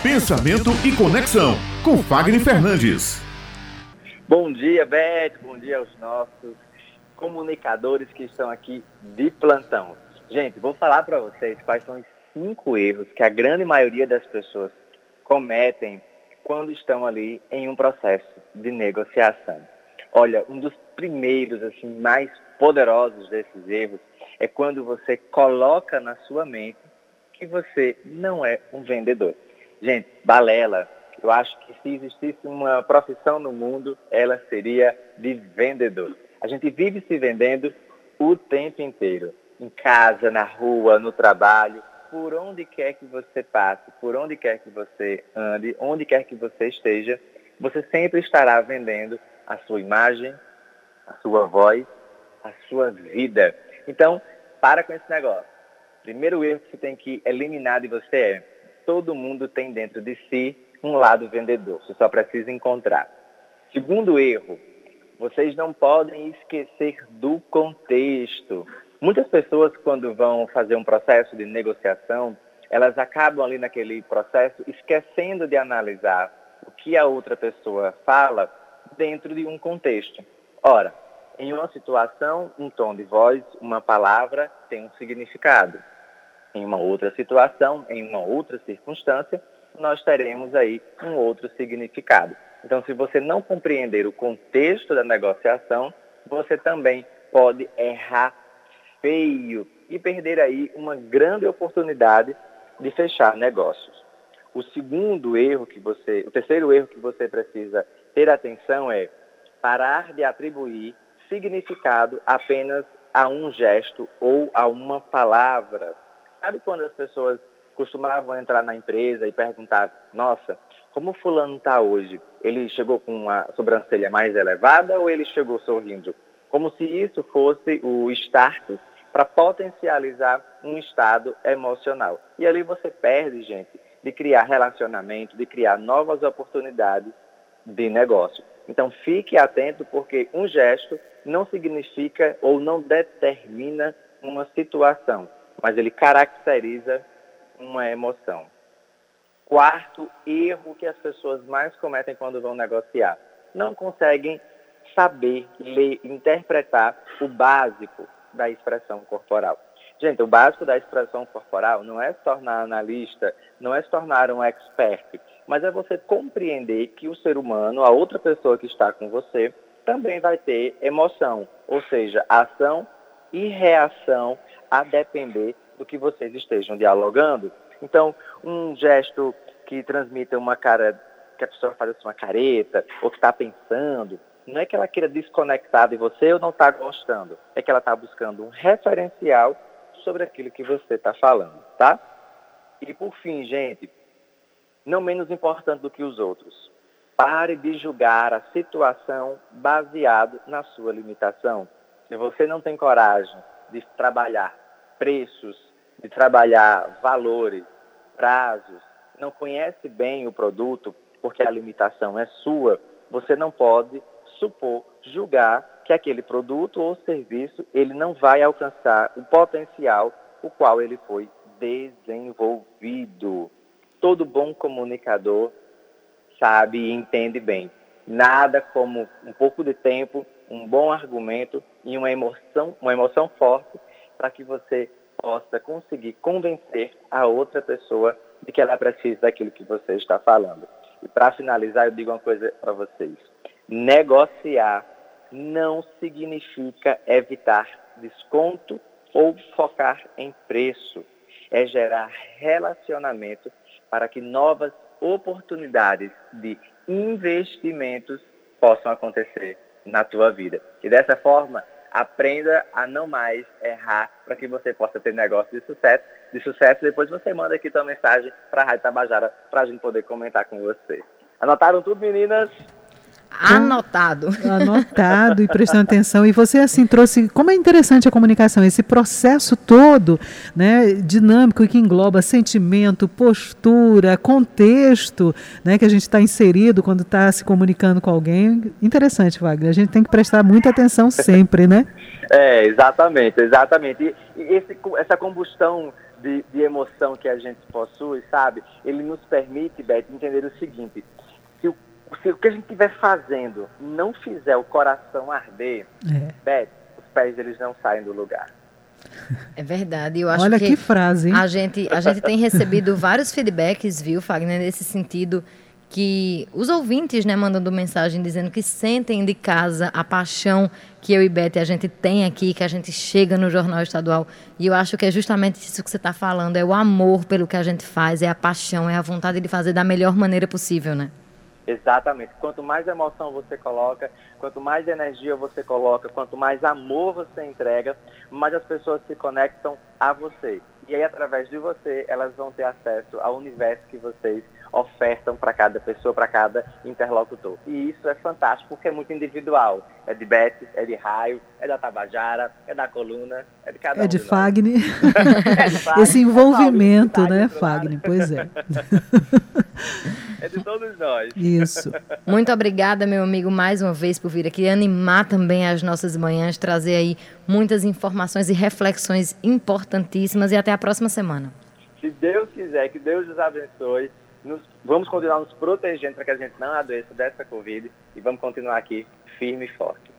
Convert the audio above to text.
Pensamento e Conexão, com Fagner Fernandes. Bom dia, Beth. Bom dia aos nossos comunicadores que estão aqui de plantão. Gente, vou falar para vocês quais são os 5 erros que a grande maioria das pessoas cometem quando estão ali em um processo de negociação. Olha, um dos primeiros, assim, mais poderosos desses erros é quando você coloca na sua mente que você não é um vendedor. Gente, balela. Eu acho que se existisse uma profissão no mundo, ela seria de vendedor. A gente vive se vendendo o tempo inteiro. Em casa, na rua, no trabalho, por onde quer que você passe, por onde quer que você ande, onde quer que você esteja, você sempre estará vendendo a sua imagem, a sua voz, a sua vida. Então, para com esse negócio. Primeiro erro que você tem que eliminar de você é: todo mundo tem dentro de si um lado vendedor, você só precisa encontrar. Segundo erro, vocês não podem esquecer do contexto. Muitas pessoas, quando vão fazer um processo de negociação, elas acabam ali naquele processo esquecendo de analisar o que a outra pessoa fala dentro de um contexto. Ora, em uma situação, um tom de voz, uma palavra tem um significado. Em uma outra situação, em uma outra circunstância, nós teremos aí um outro significado. Então, se você não compreender o contexto da negociação, você também pode errar feio e perder aí uma grande oportunidade de fechar negócios. O terceiro erro que você precisa ter atenção é parar de atribuir significado apenas a um gesto ou a uma palavra. Sabe quando as pessoas costumavam entrar na empresa e perguntar: nossa, como fulano está hoje? Ele chegou com uma sobrancelha mais elevada ou ele chegou sorrindo? Como se isso fosse o start para potencializar um estado emocional. E ali você perde, gente, de criar relacionamento, de criar novas oportunidades de negócio. Então fique atento, porque um gesto não significa ou não determina uma situação, mas ele caracteriza uma emoção. Quarto erro que as pessoas mais cometem quando vão negociar: não conseguem saber, ler, interpretar o básico da expressão corporal. Gente, o básico da expressão corporal não é se tornar analista, não é se tornar um expert, mas é você compreender que o ser humano, a outra pessoa que está com você, também vai ter emoção, ou seja, ação e reação a depender do que vocês estejam dialogando. Então, um gesto que transmita uma cara, que a pessoa faz uma careta, ou que está pensando, não é que ela queira desconectar de você ou não está gostando, é que ela está buscando um referencial sobre aquilo que você está falando, tá? E por fim, gente, não menos importante do que os outros, pare de julgar a situação baseado na sua limitação. Se você não tem coragem de trabalhar preços, de trabalhar valores, prazos, não conhece bem o produto, porque a limitação é sua, você não pode supor, julgar que aquele produto ou serviço ele não vai alcançar o potencial o qual ele foi desenvolvido. Todo bom comunicador sabe e entende bem. Nada como um pouco de tempo, um bom argumento e uma emoção forte para que você possa conseguir convencer a outra pessoa de que ela precisa daquilo que você está falando. E para finalizar, eu digo uma coisa para vocês: negociar não significa evitar desconto ou focar em preço. É gerar relacionamento para que novas oportunidades de investimentos possam acontecer na tua vida. E dessa forma, aprenda a não mais errar para que você possa ter negócio de sucesso. Depois você manda aqui tua mensagem para a Rádio Tabajara para a gente poder comentar com você. Anotaram tudo, meninas? Anotado. Anotado e prestando atenção. E você, assim, trouxe, como é interessante a comunicação, esse processo todo, né, dinâmico e que engloba sentimento, postura, contexto, né, que a gente está inserido quando está se comunicando com alguém. Interessante, Wagner. A gente tem que prestar muita atenção sempre, né? Exatamente. E essa combustão de emoção que a gente possui, sabe? Ele nos permite, Beth, entender o seguinte: se o que a gente estiver fazendo não fizer o coração arder, Beth, os pés eles não saem do lugar. É verdade. Eu acho Olha que frase, hein? A gente tem recebido vários feedbacks, viu, Fagner, nesse sentido, que os ouvintes, né, mandando mensagem dizendo que sentem de casa a paixão que eu e Beth a gente tem aqui, que a gente chega no Jornal Estadual. E eu acho que é justamente isso que você está falando, é o amor pelo que a gente faz, é a paixão, é a vontade de fazer da melhor maneira possível, né? Exatamente. Quanto mais emoção você coloca, quanto mais energia você coloca, quanto mais amor você entrega, mais as pessoas se conectam a você. E aí, através de você, elas vão ter acesso ao universo que vocês ofertam para cada pessoa, para cada interlocutor. E isso é fantástico, porque é muito individual. É de Beth, é de Raio, é da Tabajara, é da Coluna, é de cada um. É de Fagner. É de Fagner. Esse envolvimento, né, Fagner? Pois é. É de todos nós. Isso. Muito obrigada, meu amigo, mais uma vez por vir aqui animar também as nossas manhãs, trazer aí muitas informações e reflexões importantíssimas, e até a próxima semana. Se Deus quiser, que Deus nos abençoe. Vamos continuar nos protegendo para que a gente não adoeça dessa Covid e vamos continuar aqui firme e forte.